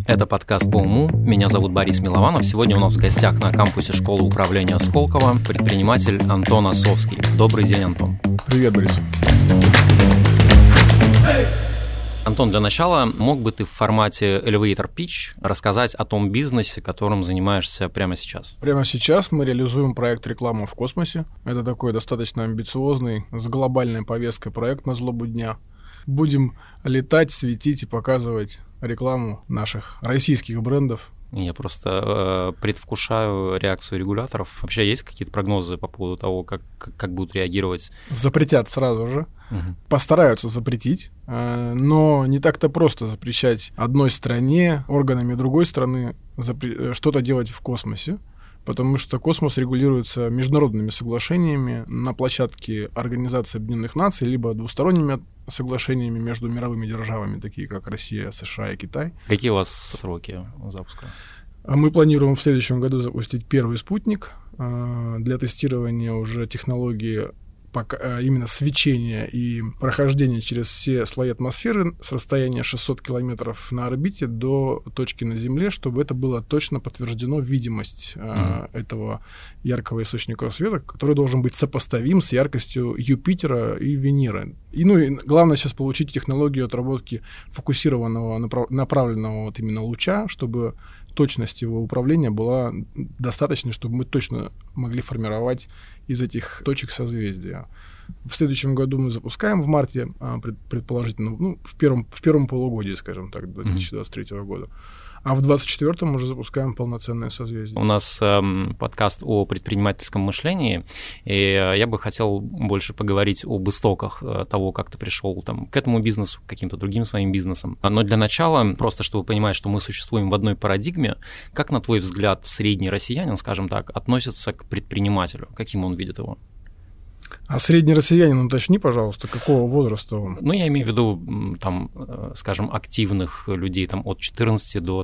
Это подкаст «По уму». Меня зовут Борис Милованов. Сегодня у нас в гостях на кампусе школы управления Сколково предприниматель Антон Осовский. Добрый день, Антон. Привет, Борис. Антон, для начала мог бы ты в формате elevator pitch рассказать о том бизнесе, которым занимаешься прямо сейчас? Прямо сейчас мы реализуем проект «Реклама в космосе». Это такой достаточно амбициозный, с глобальной повесткой проект на злобу дня. Будем летать, светить и показывать рекламу наших российских брендов. Я просто предвкушаю реакцию регуляторов. Вообще есть какие-то прогнозы по поводу того, как будут реагировать? Запретят сразу же. Постараются запретить, но не так-то просто запрещать одной стране, органами другой страны что-то делать в космосе, потому что космос регулируется международными соглашениями на площадке Организации Объединенных Наций, либо двусторонними соглашениями между мировыми державами, такие как Россия, США и Китай. Какие у вас сроки запуска? Мы планируем в следующем году запустить первый спутник для тестирования уже технологии именно свечения и прохождения через все слои атмосферы с расстояния 600 километров на орбите до точки на Земле, чтобы это было точно подтверждено видимость этого яркого источника света, который должен быть сопоставим с яркостью Юпитера и Венеры. И главное сейчас получить технологию отработки фокусированного, направленного вот именно луча, чтобы точность его управления была достаточной, чтобы мы точно могли формировать из этих точек созвездия. В следующем году мы запускаем в марте, предположительно, в первом полугодии, скажем так, 2023 года. А в 2024 уже запускаем полноценное созвездие. У нас подкаст о предпринимательском мышлении, и я бы хотел больше поговорить об истоках того, как ты пришел к этому бизнесу, к каким-то другим своим бизнесам. Но для начала, просто чтобы понимать, что мы существуем в одной парадигме, как, на твой взгляд, средний россиянин, скажем так, относится к предпринимателю? Каким он видит его? А средний россиянин, уточни, пожалуйста, какого возраста он? Я имею в виду, скажем, активных людей от 14 до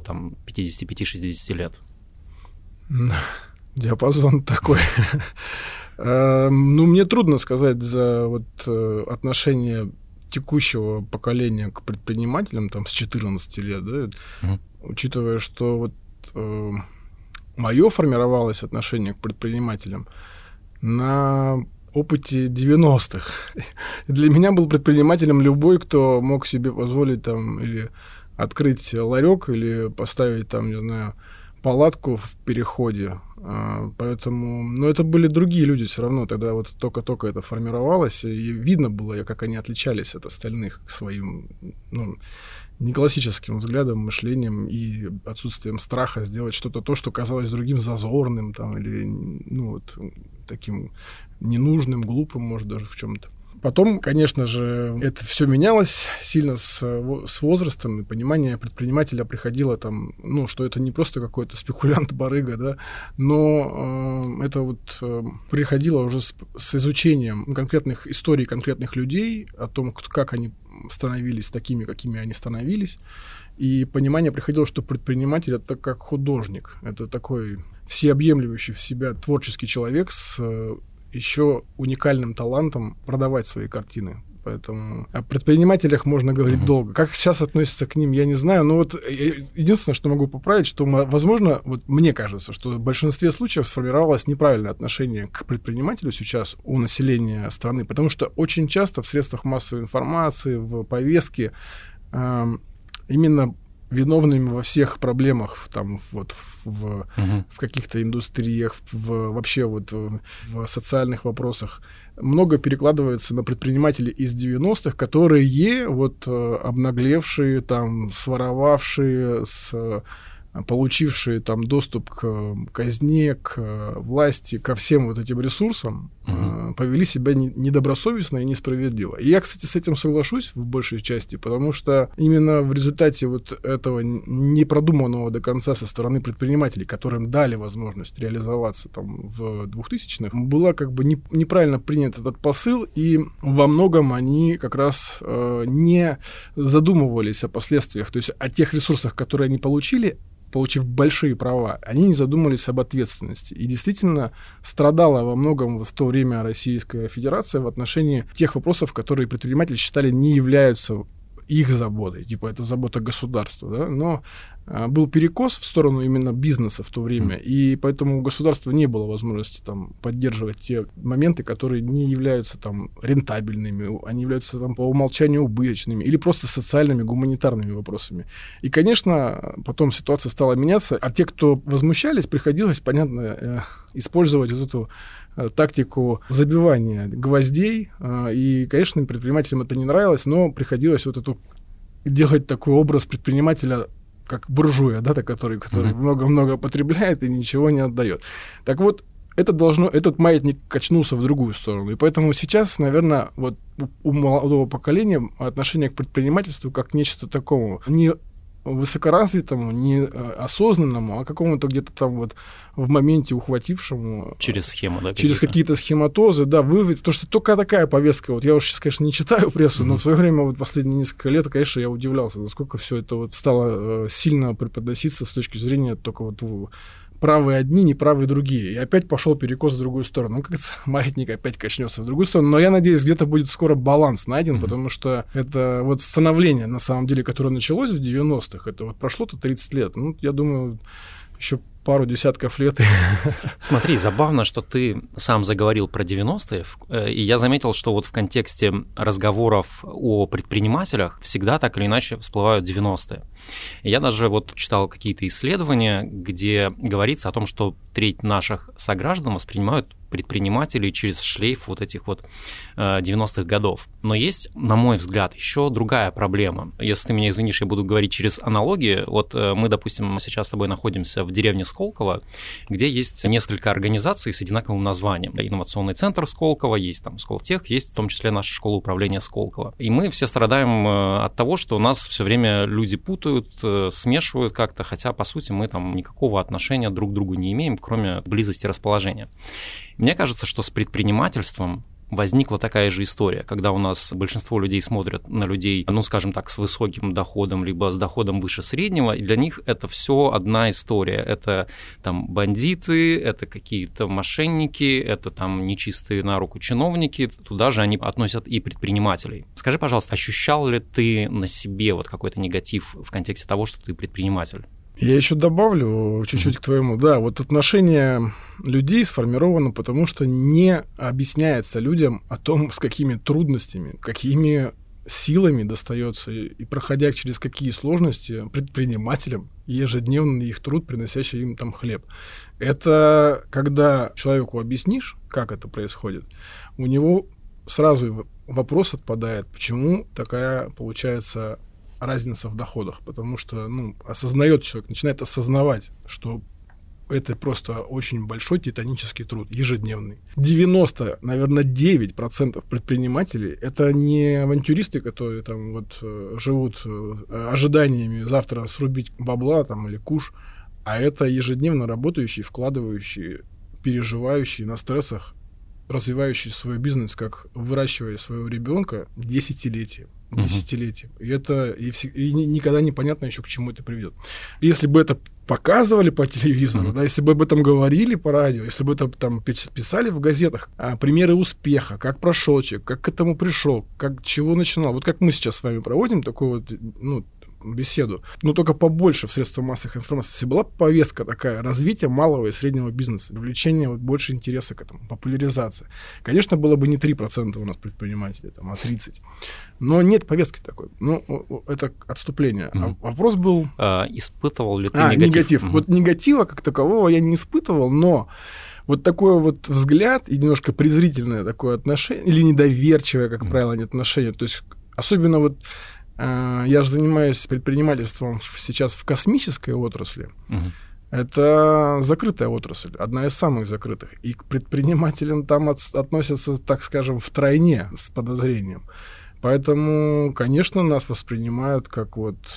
55-60 лет. Диапазон такой. Мне трудно сказать за отношение текущего поколения к предпринимателям с 14 лет, да, учитывая, что мое формировалось отношение к предпринимателям на опыте 90-х. Для меня был предпринимателем любой, кто мог себе позволить или открыть ларек, или поставить палатку в переходе. Поэтому, это были другие люди все равно. Тогда только-только это формировалось, и видно было, как они отличались от остальных своим неклассическим взглядом, мышлением и отсутствием страха сделать что-то, что казалось другим зазорным или таким ненужным, глупым, может, даже в чем-то. Потом, конечно же, это все менялось сильно с возрастом, и понимание предпринимателя приходило что это не просто какой-то спекулянт-барыга, да, но это приходило уже с изучением конкретных историй конкретных людей, о том, как они становились такими, какими они становились, и понимание приходило, что предприниматель — это как художник, это такой всеобъемлющий в себя творческий человек с еще уникальным талантом продавать свои картины. Поэтому о предпринимателях можно говорить долго. Как сейчас относятся к ним, я не знаю. Но единственное, что могу поправить, что, возможно, мне кажется, что в большинстве случаев сформировалось неправильное отношение к предпринимателю сейчас у населения страны, потому что очень часто в средствах массовой информации, в повестке именно виновными во всех проблемах в каких-то индустриях, вообще в социальных вопросах много перекладывается на предпринимателей из 90-х, которые обнаглевшие, своровавшие, получившие доступ к казне, к власти, ко всем этим ресурсам, повели себя недобросовестно и несправедливо. И я, кстати, с этим соглашусь в большей части, потому что именно в результате этого непродуманного до конца со стороны предпринимателей, которым дали возможность реализоваться в 2000-х, было неправильно принят этот посыл, и во многом они как раз не задумывались о последствиях, то есть о тех ресурсах, которые они получили, получив большие права, они не задумались об ответственности. И действительно страдала во многом в то время Российская Федерация в отношении тех вопросов, которые предприниматели считали не являются их заботой, типа это забота государства, да, но был перекос в сторону именно бизнеса в то время, и поэтому у государства не было возможности там поддерживать те моменты, которые не являются там рентабельными, они являются там по умолчанию убыточными или просто социальными, гуманитарными вопросами. И, конечно, потом ситуация стала меняться, а те, кто возмущались, приходилось, понятно, использовать вот эту тактику забивания гвоздей, и, конечно, предпринимателям это не нравилось, но приходилось вот эту делать такой образ предпринимателя, как буржуя, да, который много-много потребляет и ничего не отдает. Так вот, этот маятник качнулся в другую сторону. И поэтому сейчас, наверное, вот у молодого поколения отношение к предпринимательству как к нечто такому не высокоразвитому, не осознанному, а какому-то где-то там вот в моменте ухватившему. Через схему, да? Через какие-то схематозы, да, вывод. Потому что только такая повестка. Вот я уж сейчас, конечно, не читаю прессу, но в свое время, вот последние несколько лет, конечно, я удивлялся, насколько все это вот стало сильно преподноситься с точки зрения только вот правые одни, неправые другие. И опять пошел перекос в другую сторону. Ну, как маятник опять качнется в другую сторону. Но я надеюсь, где-то будет скоро баланс найден, потому что это вот становление, на самом деле, которое началось в 90-х, это вот прошло-то 30 лет. Ну, я думаю, еще пару десятков лет. Смотри, забавно, что ты сам заговорил про 90-е, и я заметил, что вот в контексте разговоров о предпринимателях всегда так или иначе всплывают 90-е. Я даже вот читал какие-то исследования, где говорится о том, что треть наших сограждан воспринимают предпринимателей через шлейф вот этих вот 90-х годов. Но есть, на мой взгляд, еще другая проблема. Если ты меня извинишь, я буду говорить через аналогии. Вот мы, допустим, сейчас с тобой находимся в деревне Сколково, где есть несколько организаций с одинаковым названием. Инновационный центр Сколково, есть там Сколтех, есть в том числе наша школа управления Сколково. И мы все страдаем от того, что нас все время люди путают, смешивают как-то, хотя, по сути, мы там никакого отношения друг к другу не имеем, кроме близости расположения. Мне кажется, что с предпринимательством возникла такая же история, когда у нас большинство людей смотрят на людей, ну, скажем так, с высоким доходом, либо с доходом выше среднего, и для них это все одна история. Это там бандиты, это какие-то мошенники, это там нечистые на руку чиновники, туда же они относят и предпринимателей. Скажи, пожалуйста, ощущал ли ты на себе вот какой-то негатив в контексте того, что ты предприниматель? Я еще добавлю чуть-чуть к твоему. Да, вот отношение людей сформировано, потому что не объясняется людям о том, с какими трудностями, какими силами достается и проходя через какие сложности предпринимателям ежедневный их труд, приносящий им там хлеб. Это когда человеку объяснишь, как это происходит, у него сразу вопрос отпадает, почему такая получается разница в доходах, потому что, осознает человек, начинает осознавать, что это просто очень большой титанический труд, ежедневный. 99% предпринимателей — это не авантюристы, которые там вот живут ожиданиями завтра срубить бабла там или куш, а это ежедневно работающие, вкладывающие, переживающие на стрессах, развивающие свой бизнес, как выращивая своего ребенка десятилетия. И это и никогда непонятно еще, к чему это приведет. Если бы это показывали по телевизору, да, если бы об этом говорили по радио, если бы это там писали в газетах, примеры успеха, как прошел человек, как к этому пришел, как чего начинал. Вот как мы сейчас с вами проводим такую вот, беседу, но только побольше в средствах массовой информации. Если была повестка такая, развитие малого и среднего бизнеса, привлечение больше интереса к этому, популяризация. Конечно, было бы не 3% у нас предпринимателей, а 30%. Но нет повестки такой. Это отступление. А вопрос был... Испытывал ли ты негатив? Вот негатива как такового я не испытывал, но вот такой вот взгляд и немножко презрительное такое отношение, или недоверчивое, как правило, отношение. То есть особенно вот я же занимаюсь предпринимательством сейчас в космической отрасли. Это закрытая отрасль, одна из самых закрытых. И к предпринимателям там относятся, так скажем, втройне с подозрением. Поэтому, конечно, нас воспринимают как вот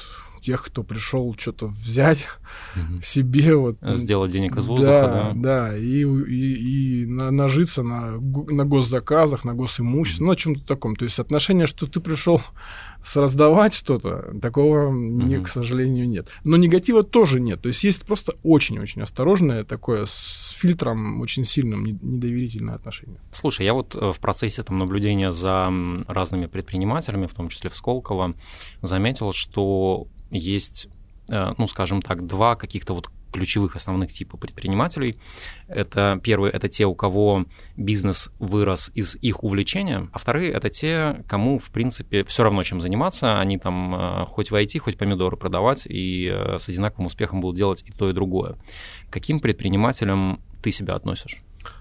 тех, кто пришел что-то взять себе. Вот, сделать денег из воздуха, да, и нажиться на госзаказах, на госимуществе, на чем-то таком. То есть отношение, что ты пришел раздавать что-то, такого, к сожалению, нет. Но негатива тоже нет. То есть есть просто очень-очень осторожное такое с фильтром очень сильным недоверительное отношение. Слушай, я вот в процессе наблюдения за разными предпринимателями, в том числе в Сколково, заметил, что есть, скажем так, два каких-то вот ключевых основных типа предпринимателей. Это первый — это те, у кого бизнес вырос из их увлечения, а вторые — это те, кому, в принципе, все равно чем заниматься, они там хоть в IT, хоть помидоры продавать, и с одинаковым успехом будут делать и то, и другое. К каким предпринимателям ты себя относишь?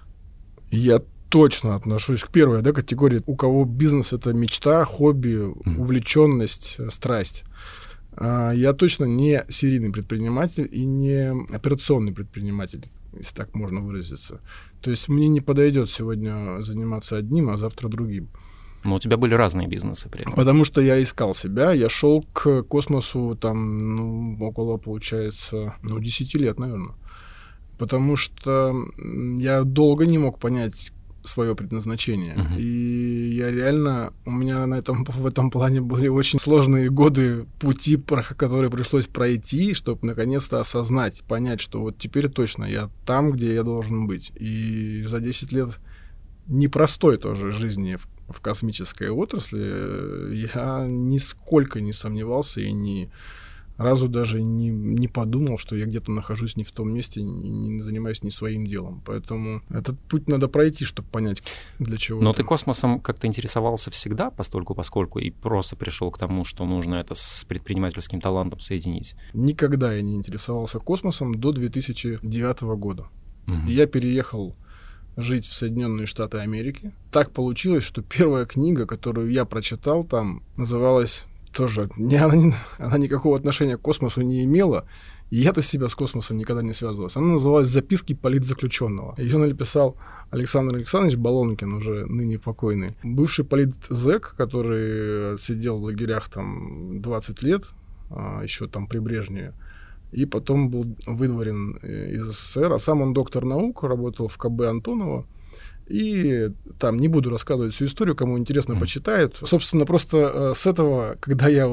Я точно отношусь к первой категории, у кого бизнес — это мечта, хобби, увлеченность, страсть. Я точно не серийный предприниматель и не операционный предприниматель, если так можно выразиться. То есть мне не подойдет сегодня заниматься одним, а завтра другим. Но у тебя были разные бизнесы при этом. Потому что я искал себя, я шел к космосу около, получается, 10 лет, наверное. Потому что я долго не мог понять свое предназначение. И я реально... У меня в этом плане были очень сложные годы пути, которые пришлось пройти, чтобы наконец-то осознать, понять, что вот теперь точно я там, где я должен быть. И за 10 лет непростой тоже жизни в космической отрасли я нисколько не сомневался и ни разу даже не подумал, что я где-то нахожусь не в том месте и не занимаюсь не своим делом. Поэтому этот путь надо пройти, чтобы понять, для чего. Но ты космосом как-то интересовался всегда, постольку-поскольку, и просто пришел к тому, что нужно это с предпринимательским талантом соединить? Никогда я не интересовался космосом до 2009 года. Я переехал жить в Соединенные Штаты Америки. Так получилось, что первая книга, которую я прочитал там, называлась... Тоже она никакого отношения к космосу не имела, и я-то себя с космосом никогда не связывалась. Она называлась «Записки политзаключенного». Ее написал Александр Александрович Балонкин, уже ныне покойный. Бывший политзэк, который сидел в лагерях 20 лет, еще при Брежневе, и потом был выдворен из СССР. А сам он доктор наук, работал в КБ Антонова. И там не буду рассказывать всю историю, кому интересно, почитает. Собственно, просто с этого, когда я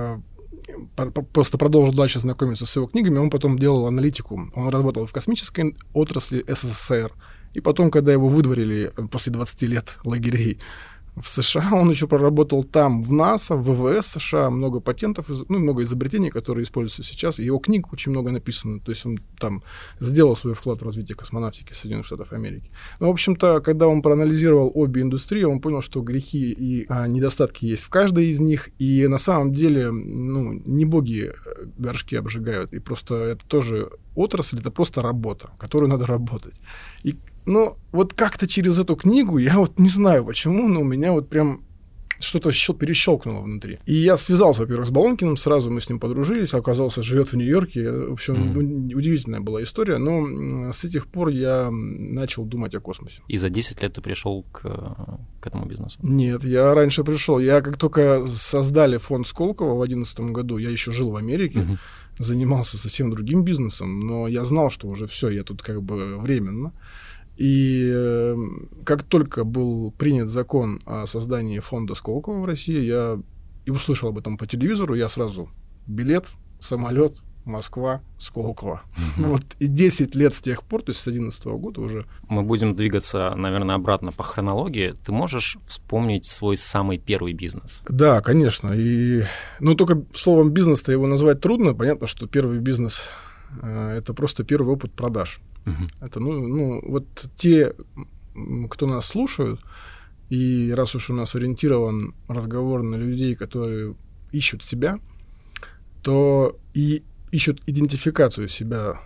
просто продолжил дальше знакомиться с его книгами, он потом делал аналитику. Он работал в космической отрасли СССР. И потом, когда его выдворили после 20 лет лагерей в США, он еще проработал там, в НАСА, в ВВС США, много патентов, много изобретений, которые используются сейчас. Его книг очень много написано. То есть он там сделал свой вклад в развитие космонавтики Соединенных Штатов Америки. В общем-то, когда он проанализировал обе индустрии, он понял, что грехи и недостатки есть в каждой из них. И на самом деле, не боги горшки обжигают. И просто это тоже отрасль, это просто работа, которую надо работать. Но вот как-то через эту книгу, я не знаю почему, но у меня прям что-то перещелкнуло внутри. И я связался, во-первых, с Балонкиным, сразу мы с ним подружились, оказался, живет в Нью-Йорке. В общем, удивительная была история, но с этих пор я начал думать о космосе. И за 10 лет ты пришел к этому бизнесу? Нет, я раньше пришел. Я как только создали фонд Сколково в 2011 году, я еще жил в Америке, занимался совсем другим бизнесом, но я знал, что уже все, я тут временно. И как только был принят закон о создании фонда Сколково в России, я и услышал об этом по телевизору, я сразу билет, самолет, Москва, Сколково. И 10 лет с тех пор, то есть с 2011 года уже. Мы будем двигаться, наверное, обратно по хронологии. Ты можешь вспомнить свой самый первый бизнес? Да, конечно. Только словом бизнес-то его назвать трудно. Понятно, что первый бизнес — это просто первый опыт продаж. Это, те, кто нас слушают, и раз уж у нас ориентирован разговор на людей, которые ищут себя, то и ищут идентификацию себя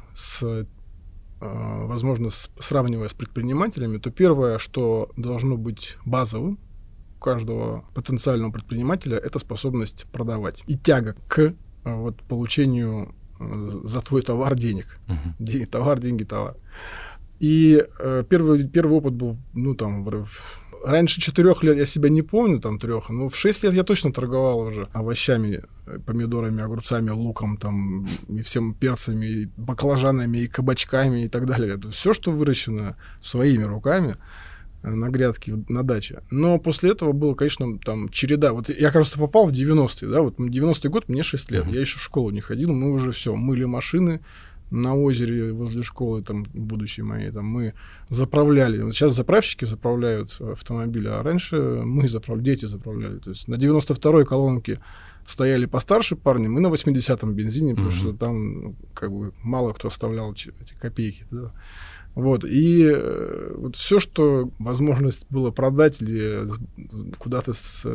возможно, сравнивая с предпринимателями, то первое, что должно быть базовым у каждого потенциального предпринимателя, это способность продавать и тяга к получению за твой товар денег. Товар, деньги, товар. И первый опыт был, раньше 4 лет я себя не помню, там 3, но в 6 лет я точно торговал уже овощами, помидорами, огурцами, луком, там, и всем перцами, и баклажанами, и кабачками, и так далее. Это все, что выращено своими руками на грядке, на даче. Но после этого было, конечно, там череда. Вот я, кажется, попал в 90-е, да, вот 90-й год, мне 6 лет, я еще в школу не ходил, мы уже все, мыли машины на озере возле школы, там, будущей моей, там, мы заправляли. Вот сейчас заправщики заправляют автомобили, а раньше мы дети заправляли. То есть на 92-й колонке стояли постарше парни, мы на 80-м бензине, потому что там как бы мало кто оставлял эти копейки. Да. Вот. И вот все, что возможность было продать или куда-то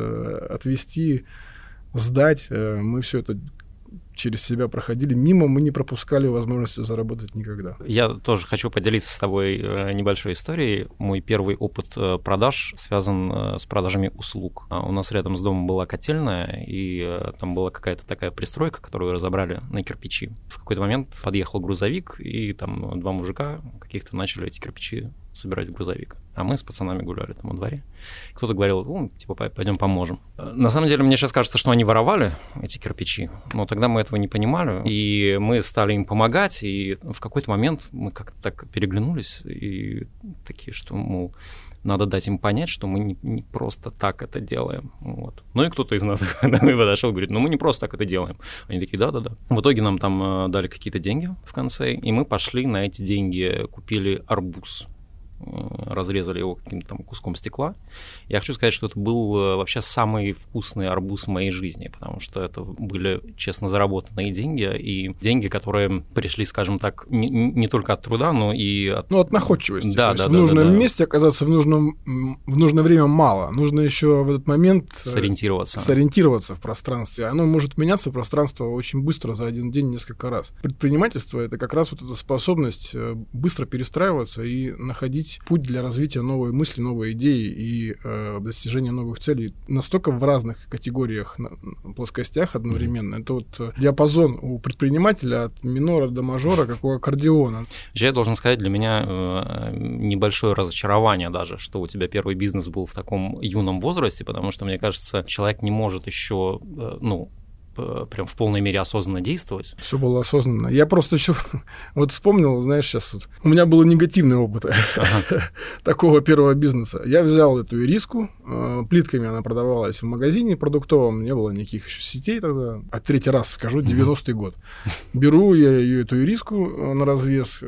отвезти, сдать, мы все это через себя проходили. Мимо мы не пропускали возможности заработать никогда. Я тоже хочу поделиться с тобой небольшой историей. Мой первый опыт продаж связан с продажами услуг. У нас рядом с домом была котельная, и там была какая-то такая пристройка, которую разобрали на кирпичи. В какой-то момент подъехал грузовик, и там 2 мужика каких-то начали эти кирпичи собирать в грузовик. А мы с пацанами гуляли там во дворе. Кто-то говорил, типа, пойдем поможем. На самом деле, мне сейчас кажется, что они воровали эти кирпичи, но тогда мы этого не понимали, и мы стали им помогать, и в какой-то момент мы как-то так переглянулись, и такие, что, мол, надо дать им понять, что мы не просто так это делаем. Вот. Ну и кто-то из нас подошел и говорит, мы не просто так это делаем. Они такие, да-да-да. В итоге нам там дали какие-то деньги в конце, и мы пошли на эти деньги, купили арбуз. Разрезали его каким-то там куском стекла. Я хочу сказать, что это был вообще самый вкусный арбуз в моей жизни, потому что это были честно заработанные деньги, и деньги, которые пришли, скажем так, не только от труда, но и от... от находчивости. Да, в нужном месте оказаться в нужное время мало. Нужно еще в этот момент сориентироваться в пространстве. Оно может меняться, пространство, очень быстро, за один день несколько раз. Предпринимательство — это как раз вот эта способность быстро перестраиваться и находить путь для развития новой мысли, новой идеи и достижения новых целей настолько в разных категориях, плоскостях одновременно. Это вот диапазон у предпринимателя от минора до мажора, как у аккордеона. Я должен сказать, для меня небольшое разочарование даже, что у тебя первый бизнес был в таком юном возрасте, потому что, мне кажется, человек не может еще, прям в полной мере осознанно действовать. Все было осознанно. Я просто еще вот вспомнил, знаешь, сейчас вот у меня был негативный опыт такого первого бизнеса. Я взял эту ириску, плитками она продавалась в магазине продуктовом, не было никаких еще сетей тогда. А 3-й раз скажу, 90-й год. Беру я эту ириску на развес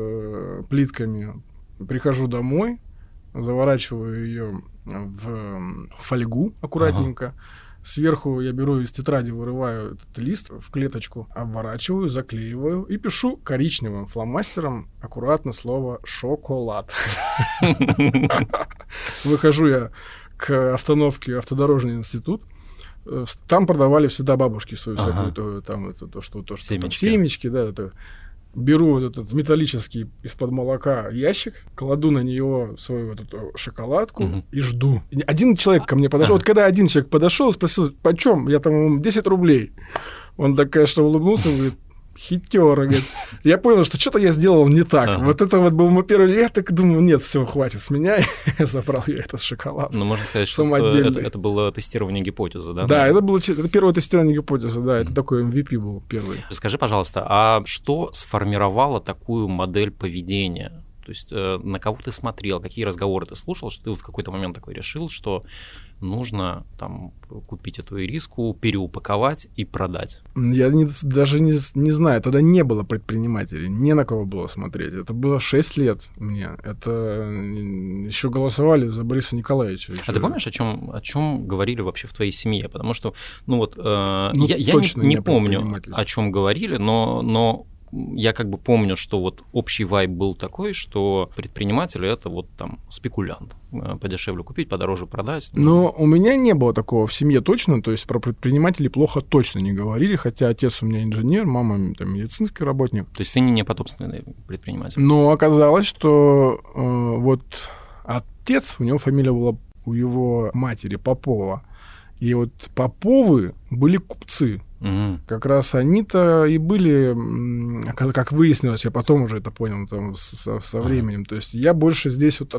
плитками, прихожу домой, заворачиваю ее в фольгу аккуратненько. Сверху я беру из тетради, вырываю этот лист в клеточку, обворачиваю, заклеиваю и пишу коричневым фломастером аккуратно слово «шоколад». Выхожу я к остановке «Автодорожный институт». Там продавали всегда бабушки свою всякую, там семечки, да, это. Беру вот этот металлический из-под молока ящик, кладу на него свою вот эту шоколадку и жду. Один человек ко мне подошел. Вот когда один человек подошел, спросил, почем? Я там ему 10 рублей. Он так, конечно, улыбнулся и говорит, хитер. Говорит. Я понял, что что-то я сделал не так. Вот это вот был мой первый... Я так думаю, нет, все, хватит с меня. Забрал я этот шоколад. Ну, можно сказать, что это было тестирование гипотезы, да? Да, это первое тестирование гипотезы, да. Это такой MVP был первый. Скажи, пожалуйста, а что сформировало такую модель поведения? То есть на кого ты смотрел, какие разговоры ты слушал, что ты в какой-то момент такой решил, что нужно там купить эту ириску, переупаковать и продать? Я даже не знаю, тогда не было предпринимателей, не на кого было смотреть. Это было 6 лет мне. Это еще голосовали за Бориса Николаевича. Еще. А ты помнишь, о чем говорили вообще в твоей семье? Потому что, я не помню, о чем говорили, но я как бы помню, что вот общий вайб был такой, что предприниматели — это вот там спекулянт. Подешевле купить, подороже продать. Но у меня не было такого в семье точно, то есть про предпринимателей плохо точно не говорили, хотя отец у меня инженер, мама там медицинский работник. То есть ты не потомственный предприниматель? Но оказалось, что вот отец, у него фамилия была у его матери Попова, и вот Поповы были купцы. Как раз они-то и были, как выяснилось, я потом уже это понял там, со временем. То есть я больше здесь вот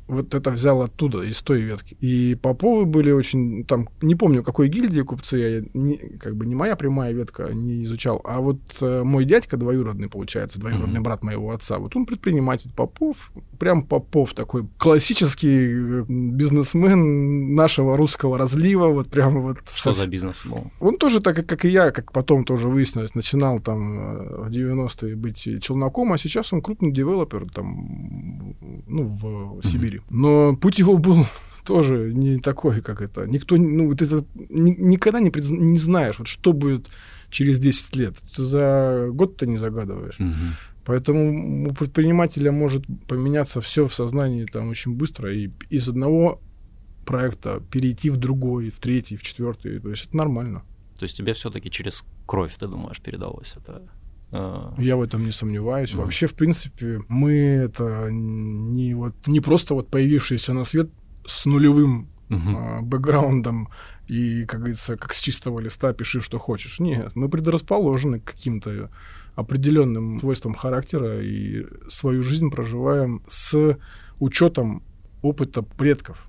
вот это взял оттуда, из той ветки. И Поповы были очень, там, не помню, какой гильдии купцы, не моя прямая ветка, не изучал, а вот мой дядька двоюродный, получается, двоюродный брат моего отца, вот он предприниматель Попов, прям Попов такой классический бизнесмен нашего русского разлива, вот прям вот. Что за бизнес был? Он тоже, так как и я, как потом тоже выяснилось, начинал там в 90-е быть челноком, а сейчас он крупный девелопер там, в Сибири. Но путь его был тоже не такой, как это. Никто, ты никогда не знаешь, вот что будет через 10 лет. Ты за год-то не загадываешь. Поэтому у предпринимателя может поменяться все в сознании там очень быстро, и из одного проекта перейти в другой, в третий, в четвертый. То есть это нормально. То есть тебе все-таки через кровь, ты думаешь, передалось это? Я в этом не сомневаюсь. Вообще, в принципе, мы это не просто вот появившиеся на свет с нулевым бэкграундом и, как говорится, как с чистого листа пиши, что хочешь. Нет, мы предрасположены к каким-то определенным свойствам характера и свою жизнь проживаем с учетом опыта предков.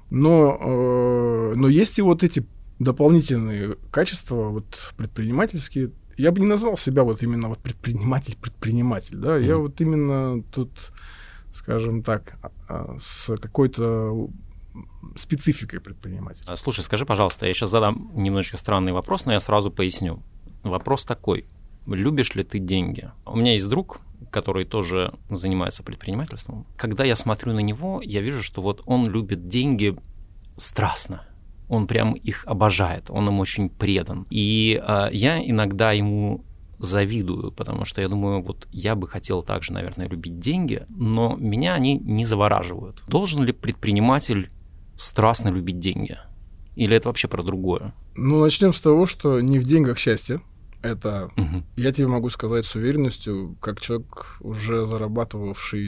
Но есть и вот эти дополнительные качества, вот предпринимательские. Я бы не назвал себя вот именно вот предприниматель, да, я вот именно тут, скажем так, с какой-то спецификой предпринимателя. Слушай, скажи, пожалуйста, я сейчас задам немножечко странный вопрос, но я сразу поясню. Вопрос такой: любишь ли ты деньги? У меня есть друг, который тоже занимается предпринимательством. Когда я смотрю на него, я вижу, что вот он любит деньги страстно. Он прям их обожает, он им очень предан. И я иногда ему завидую, потому что я думаю, вот я бы хотел также, наверное, любить деньги, но меня они не завораживают. Должен ли предприниматель страстно любить деньги? Или это вообще про другое? Начнем с того, что не в деньгах счастье. Это я тебе могу сказать с уверенностью, как человек, уже заработавший,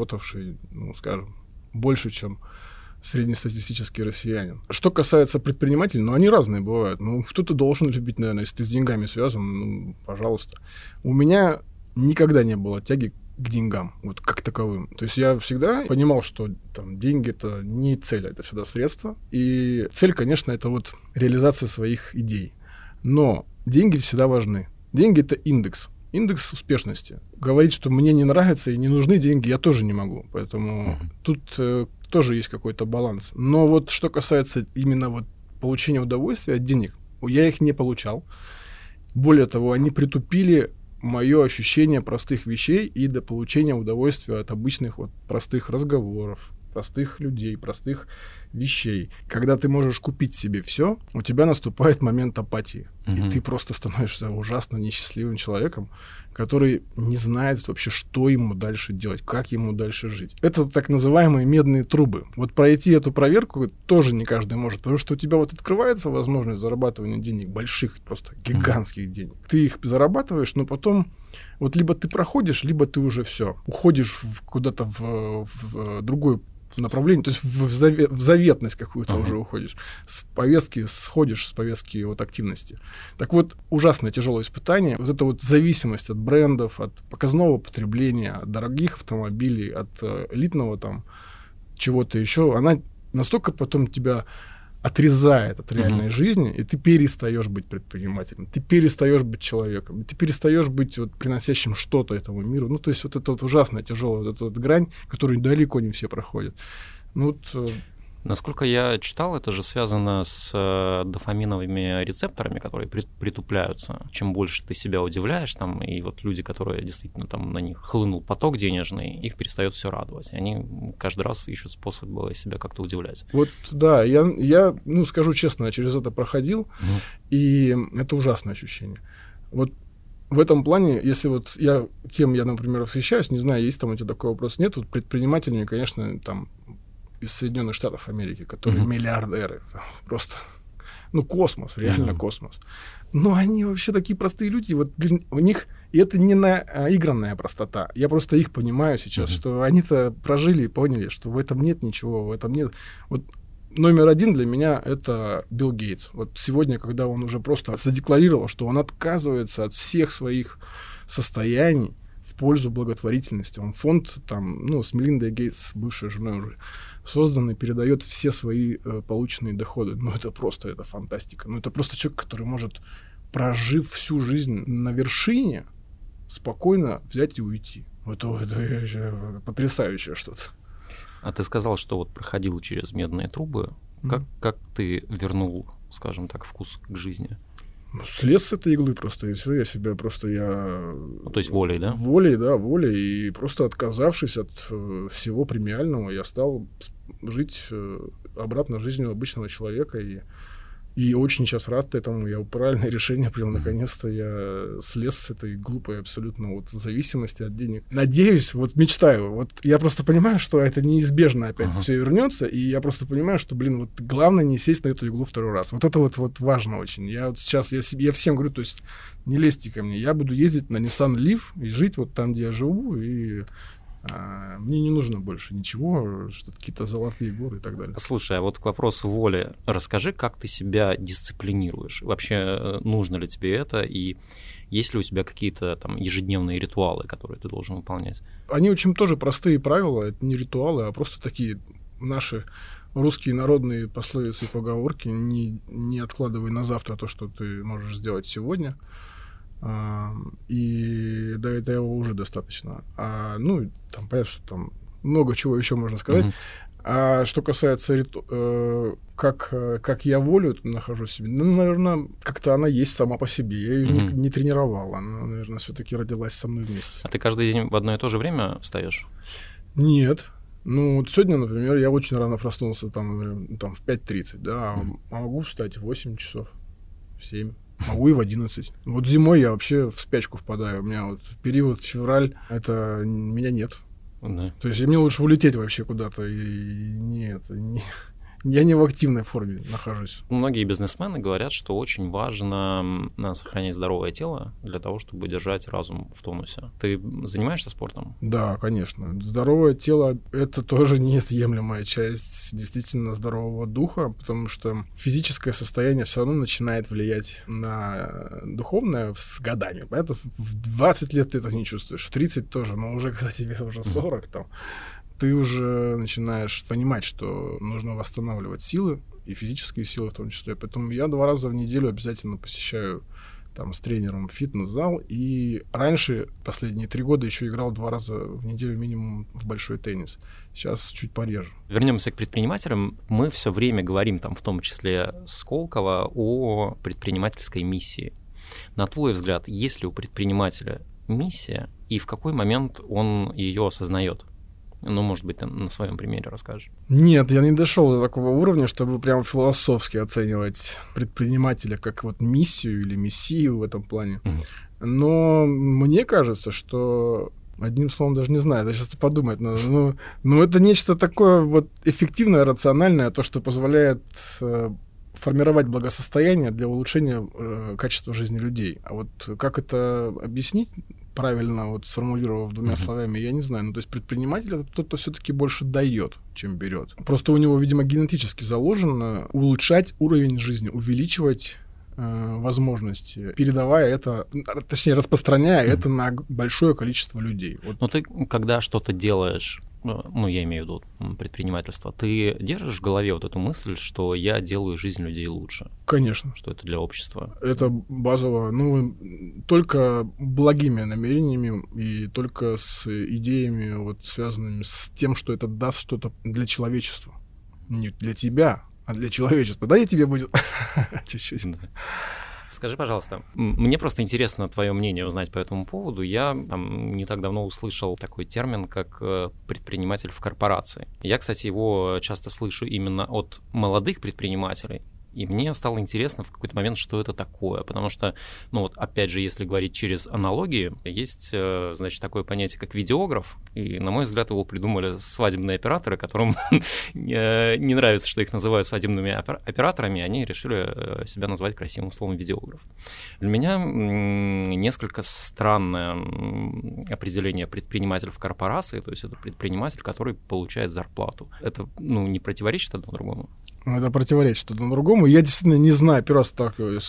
скажем, больше, чем среднестатистический россиянин. Что касается предпринимателей, они разные бывают. Кто-то должен любить, наверное, если ты с деньгами связан, пожалуйста. У меня никогда не было тяги к деньгам, вот как таковым. То есть я всегда понимал, что там деньги — это не цель, это всегда средство. И цель, конечно, это вот реализация своих идей. Но деньги всегда важны. Деньги — это индекс успешности. Говорить, что мне не нравятся и не нужны деньги, я тоже не могу. Поэтому тут тоже есть какой-то баланс. Но вот что касается именно вот получения удовольствия от денег, я их не получал. Более того, они притупили мое ощущение простых вещей и до получения удовольствия от обычных вот простых разговоров, простых людей, простых вещей. Когда ты можешь купить себе все, у тебя наступает момент апатии. И ты просто становишься ужасно несчастливым человеком, который не знает вообще, что ему дальше делать, как ему дальше жить. Это так называемые медные трубы. Вот пройти эту проверку тоже не каждый может, потому что у тебя вот открывается возможность зарабатывания денег, больших, просто гигантских денег. Ты их зарабатываешь, но потом вот либо ты проходишь, либо ты уже все уходишь куда-то в другой направление, то есть в заветность какую-то уже уходишь, сходишь с повестки вот активности. Так вот, ужасно тяжелое испытание, вот эта вот зависимость от брендов, от показного потребления, от дорогих автомобилей, от элитного там чего-то еще, она настолько потом тебя отрезает от реальной жизни, и ты перестаешь быть предпринимателем, ты перестаешь быть человеком, ты перестаешь быть вот приносящим что-то этому миру. То есть вот это вот ужасно тяжелая вот эта вот грань, которую далеко не все проходят. Насколько я читал, это же связано с дофаминовыми рецепторами, которые притупляются. Чем больше ты себя удивляешь, там, и вот люди, которые действительно там на них хлынул поток денежный, их перестает все радовать. И они каждый раз ищут способы себя как-то удивлять. Вот, да, я скажу честно, я через это проходил, и это ужасное ощущение. Вот в этом плане, если вот кем я, например, восхищаюсь, не знаю, есть там у тебя такой вопрос, нет, вот предпринимателями, конечно, там, из Соединенных Штатов Америки, которые миллиардеры. Просто, космос, реально космос. Но они вообще такие простые люди. Вот у них, и это не наигранная простота. Я просто их понимаю сейчас, что они-то прожили и поняли, что в этом нет ничего, в этом нет. Вот номер один для меня — это Билл Гейтс. Вот сегодня, когда он уже просто задекларировал, что он отказывается от всех своих состояний в пользу благотворительности. Он фонд там, с Мелиндой Гейтс, бывшей женой уже, созданный передает все свои полученные доходы. Ну, это фантастика. Ну, это просто человек, который может, прожив всю жизнь на вершине, спокойно взять и уйти. Это потрясающее что-то. А ты сказал, что вот проходил через медные трубы. Как ты вернул, скажем так, вкус к жизни? Ну, слез с этой иглы просто, и все, То есть волей, да? Волей, и просто отказавшись от всего премиального, я стал жить обратно жизнью обычного человека, и очень сейчас рад этому, я правильное решение принял, наконец-то я слез с этой глупой абсолютно зависимости от денег. Надеюсь, мечтаю, я просто понимаю, что это неизбежно опять все вернется, и я просто понимаю, что, главное не сесть на эту иглу второй раз. Это важно очень. Я сейчас, я всем говорю, то есть не лезьте ко мне, я буду ездить на Nissan Leaf и жить там, где я живу, и мне не нужно больше ничего, какие-то золотые горы и так далее. Слушай, а вот к вопросу воли. Расскажи, как ты себя дисциплинируешь? Вообще, нужно ли тебе это? И есть ли у тебя какие-то там ежедневные ритуалы, которые ты должен выполнять? Они очень тоже простые правила. Это не ритуалы, а просто такие наши русские народные пословицы и поговорки. Не откладывай на завтра то, что ты можешь сделать сегодня. И до этого уже достаточно. Понятно, что там много чего еще можно сказать. А что касается как я волю нахожу себе, наверное, как-то она есть сама по себе. Я ее не тренировал. Она, наверное, все-таки родилась со мной вместе. А ты каждый день в одно и то же время встаешь? Нет. Сегодня, например, я очень рано проснулся там в 5:30, да, а могу встать в 8 часов, в 7. Могу и в 11. Зимой я вообще в спячку впадаю. У меня период февраль, меня нет. Да. То есть мне лучше улететь вообще куда-то. Я не в активной форме нахожусь. Многие бизнесмены говорят, что очень важно сохранять здоровое тело для того, чтобы держать разум в тонусе. Ты занимаешься спортом? Да, конечно. Здоровое тело — это тоже неотъемлемая часть действительно здорового духа, потому что физическое состояние все равно начинает влиять на духовное с годами. Поэтому в 20 лет ты это не чувствуешь, в 30 тоже, но уже когда тебе уже 40, ты уже начинаешь понимать, что нужно восстанавливать силы, и физические силы в том числе. Поэтому я 2 раза в неделю обязательно посещаю с тренером фитнес-зал. И раньше, последние 3 года, еще играл 2 раза в неделю минимум в большой теннис. Сейчас чуть пореже. Вернемся к предпринимателям. Мы все время говорим, в том числе Сколково, о предпринимательской миссии. На твой взгляд, есть ли у предпринимателя миссия, и в какой момент он ее осознает? Может быть, ты на своем примере расскажешь. Нет, я не дошел до такого уровня, чтобы прям философски оценивать предпринимателя как миссию или мессию в этом плане. Но мне кажется, что одним словом даже не знаю, даже сейчас подумать надо. Это нечто такое эффективное, рациональное, то, что позволяет формировать благосостояние для улучшения качества жизни людей. А как это объяснить правильно, сформулировав 2 словами, я не знаю. То есть предприниматель — это тот, кто все-таки больше дает, чем берет. Просто у него, видимо, генетически заложено улучшать уровень жизни, увеличивать возможности, передавая это, точнее, распространяя это на большое количество людей. Но ты, когда что-то делаешь, я имею в виду предпринимательство, ты держишь в голове эту мысль, что я делаю жизнь людей лучше? Конечно. Что это для общества? Это базово. Только благими намерениями и только с идеями, связанными с тем, что это даст что-то для человечества. Не для тебя, а для человечества. Да, и тебе будет чуть-чуть. Скажи, пожалуйста, мне просто интересно твое мнение узнать по этому поводу. Я не так давно услышал такой термин, как предприниматель в корпорации. Я, кстати, его часто слышу именно от молодых предпринимателей. И мне стало интересно в какой-то момент, что это такое. Потому что, опять же, если говорить через аналогии, есть, такое понятие, как видеограф. И, на мой взгляд, его придумали свадебные операторы, которым не нравится, что их называют свадебными операторами. Они решили себя назвать красивым словом видеограф. Для меня несколько странное определение предпринимателя в корпорации. То есть это предприниматель, который получает зарплату. Это, не противоречит одно другому? Это противоречит одному другому. Я действительно не знаю, первый раз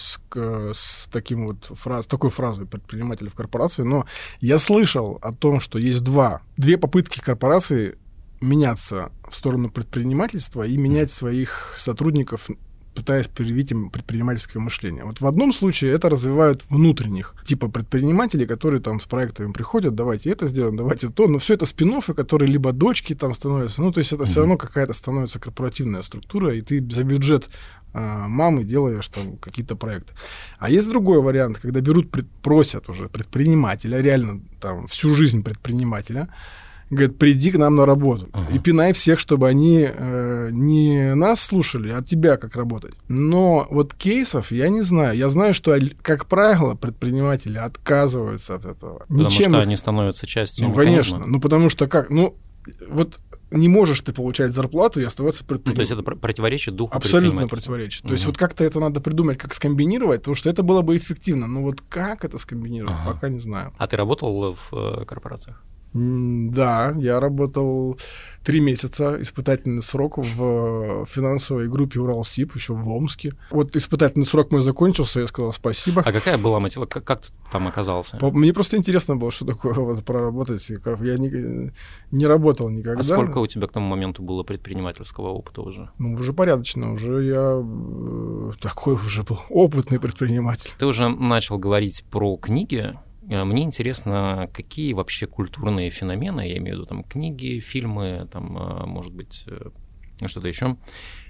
с такой фразой предприниматель в корпорации, но я слышал о том, что есть две попытки корпорации меняться в сторону предпринимательства и менять своих сотрудников, пытаясь привить им предпринимательское мышление. Вот в одном случае это развивают внутренних, типа предпринимателей, которые там с проектами приходят, давайте это сделаем, давайте то, но все это спин-оффы, которые либо дочки там становятся, ну, то есть это все равно какая-то становится корпоративная структура, и ты за бюджет мамы делаешь там какие-то проекты. А есть другой вариант, когда просят уже предпринимателя, реально там всю жизнь предпринимателя, говорит, приди к нам на работу и пинай всех, чтобы они не нас слушали, а тебя как работать. Но вот кейсов я не знаю. Я знаю, что, как правило, предприниматели отказываются от этого. Потому что они становятся частью механизма. Конечно. Ну, потому что как? Ну, вот не можешь ты получать зарплату и оставаться предпринимателем. Ну, то есть это противоречит духу абсолютно противоречит. То есть вот как-то это надо придумать, как скомбинировать, потому что это было бы эффективно. Но вот как это скомбинировать, пока не знаю. А ты работал в корпорациях? Да, я работал 3 месяца, испытательный срок в финансовой группе Уралсиб, еще в Омске. Вот испытательный срок мой закончился, я сказал спасибо. А какая была мотивация? Как ты там оказался? Мне просто интересно было, что такое вот проработать. Я не работал никогда. А сколько у тебя к тому моменту было предпринимательского опыта уже? Ну, уже порядочно, уже я такой уже был опытный предприниматель. Ты уже начал говорить про книги. Мне интересно, какие вообще культурные феномены, я имею в виду там книги, фильмы, там, может быть, что-то еще,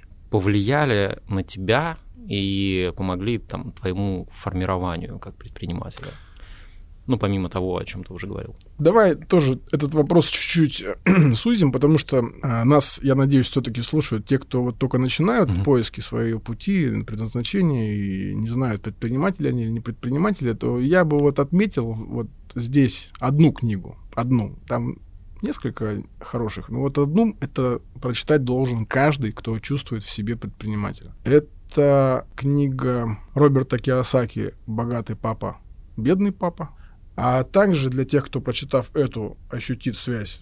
повлияли на тебя и помогли там твоему формированию как предпринимателя? Ну, помимо того, о чем ты уже говорил. Давай тоже этот вопрос чуть-чуть сузим, потому что нас, я надеюсь, все-таки слушают те, кто вот только начинают поиски своего пути, предназначения и не знают, предприниматели они или не предприниматели, то я бы вот отметил вот здесь одну книгу, там несколько хороших, но вот одну это прочитать должен каждый, кто чувствует в себе предпринимателя. Это книга Роберта Кийосаки «Богатый папа, бедный папа». А также для тех, кто, прочитав эту, ощутит связь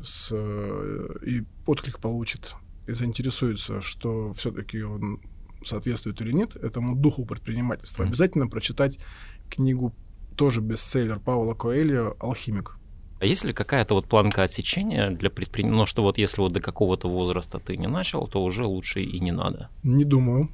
и отклик получит, и заинтересуется, что все-таки он соответствует или нет этому духу предпринимательства, обязательно прочитать книгу, тоже бестселлер Пауло Коэльо «Алхимик». А есть ли какая-то вот планка отсечения для предпринимателя? Ну, что вот если вот до какого-то возраста ты не начал, то уже лучше и не надо? Не думаю.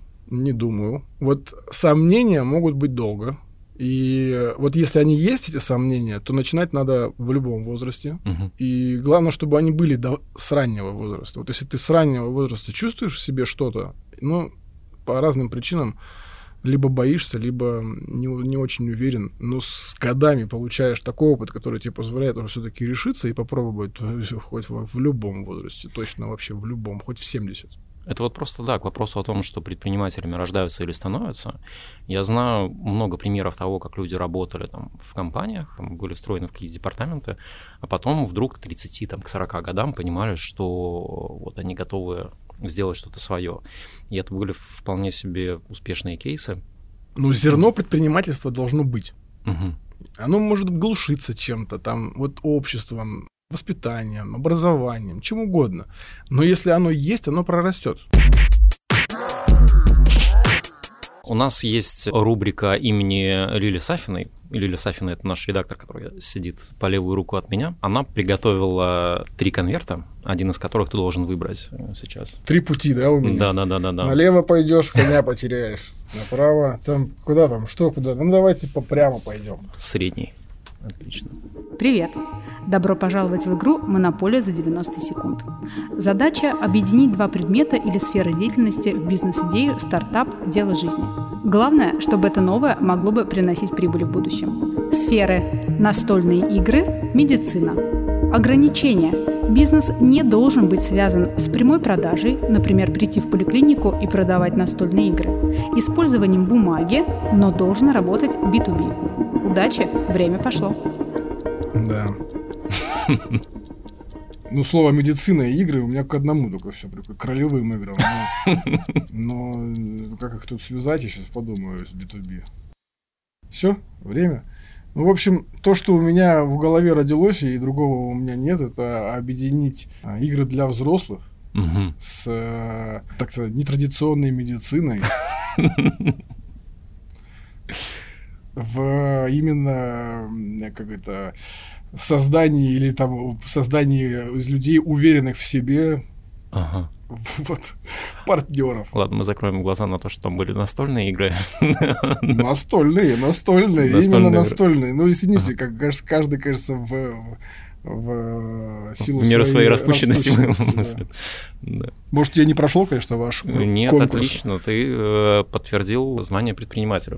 Вот сомнения могут быть долго. И вот если они есть, эти сомнения, то начинать надо в любом возрасте. И главное, чтобы они были с раннего возраста. Вот если ты с раннего возраста чувствуешь в себе что-то, ну, по разным причинам, либо боишься, либо не очень уверен, но с годами получаешь такой опыт, который тебе позволяет уже все-таки решиться и попробовать хоть в любом возрасте, точно вообще в любом, хоть в 70. Это вот просто, да, к вопросу о том, что предпринимателями рождаются или становятся. Я знаю много примеров того, как люди работали там в компаниях, там, были встроены в какие-то департаменты, а потом вдруг к 30, там, к 40 годам понимали, что вот они готовы сделать что-то свое. И это были вполне себе успешные кейсы. Ну, зерно предпринимательства должно быть. Оно может глушиться чем-то, там, вот обществом, воспитанием, образованием, чем угодно. Но если оно есть, оно прорастет. У нас есть рубрика имени Лили Сафиной. Лиля Сафина — это наш редактор, который сидит по левую руку от меня. Она приготовила 3 конверта, один из которых ты должен выбрать сейчас. 3 пути, да, у меня? Да. Налево пойдешь, коня потеряешь. Направо, там, куда там, что, куда? Ну, давайте прямо пойдем. Средний. Отлично. Привет! Добро пожаловать в игру «Монополия за 90 секунд». Задача – объединить 2 предмета или сферы деятельности в бизнес-идею, стартап, дело жизни. Главное, чтобы это новое могло бы приносить прибыль в будущем. Сферы – настольные игры, медицина. Ограничения – бизнес не должен быть связан с прямой продажей, например, прийти в поликлинику и продавать настольные игры, использованием бумаги, но должен работать B2B. Удачи, время пошло. Да. Ну, слово медицина и игры у меня к одному только все, к ролевым играм. Но как их тут связать, я сейчас подумаю с B2B. Все, время. Ну, в общем, то, что у меня в голове родилось, и другого у меня нет, это объединить игры для взрослых с, так сказать, нетрадиционной медициной. В именно создании или там создании из людей, уверенных в себе, партнеров. Ладно, мы закроем глаза на то, что там были настольные игры. Настольные, именно настольные. Ну, извините, как каждый, кажется, в силу меру своей распущенности. Может, я не прошел, конечно, ваш конкурс? Нет, отлично, ты подтвердил звание предпринимателя.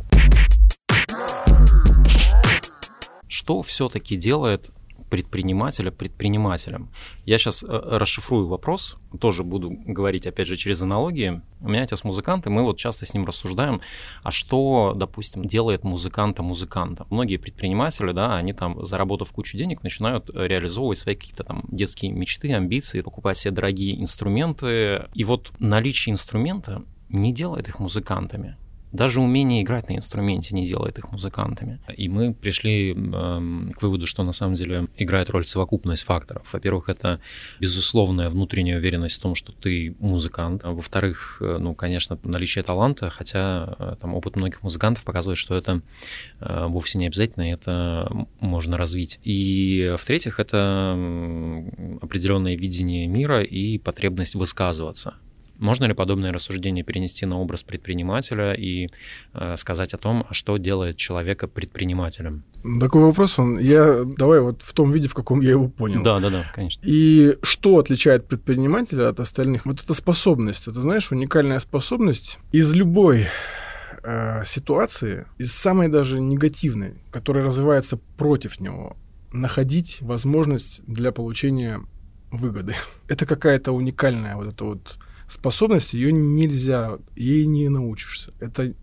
Что все-таки делает предпринимателя предпринимателем? Я сейчас расшифрую вопрос, тоже буду говорить, опять же, через аналогии. У меня отец музыкант, и мы вот часто с ним рассуждаем, а что, допустим, делает музыканта музыкантом? Многие предприниматели, да, они там, заработав кучу денег, начинают реализовывать свои какие-то там детские мечты, амбиции, покупать себе дорогие инструменты. И вот наличие инструмента не делает их музыкантами. Даже умение играть на инструменте не делает их музыкантами. И мы пришли к выводу, что на самом деле играет роль совокупность факторов. Во-первых, это безусловная внутренняя уверенность в том, что ты музыкант. Во-вторых, ну, конечно, наличие таланта, хотя там опыт многих музыкантов показывает, что это вовсе не обязательно, и это можно развить. И в-третьих, это определенное видение мира и потребность высказываться. Можно ли подобное рассуждение перенести на образ предпринимателя и сказать о том, что делает человека предпринимателем? Такой вопрос, давай вот в том виде, в каком я его понял. Да, конечно. И что отличает предпринимателя от остальных? Вот эта способность, это, знаешь, уникальная способность из любой ситуации, из самой даже негативной, которая развивается против него, находить возможность для получения выгоды. Это какая-то уникальная вот эта вот способность, ее нельзя, ей не научишься. Это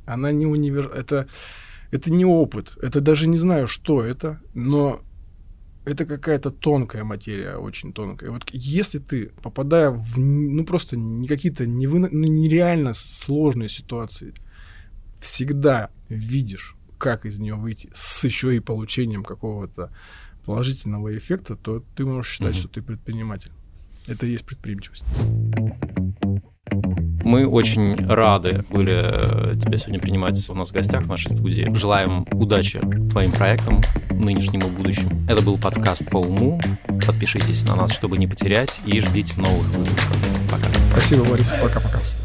не опыт, это даже не знаю, что это, но это какая-то тонкая материя, очень тонкая. Вот если ты, попадая в просто какие-то нереально сложные ситуации, всегда видишь, как из нее выйти с еще и получением какого-то положительного эффекта, то ты можешь считать, что ты предприниматель. Это и есть предприимчивость. Мы очень рады были тебя сегодня принимать у нас в гостях в нашей студии. Желаем удачи твоим проектам, нынешним и будущим. Это был подкаст «По уму». Подпишитесь на нас, чтобы не потерять, и ждите новых выпусков. Пока. Спасибо, Борис. Пока-пока.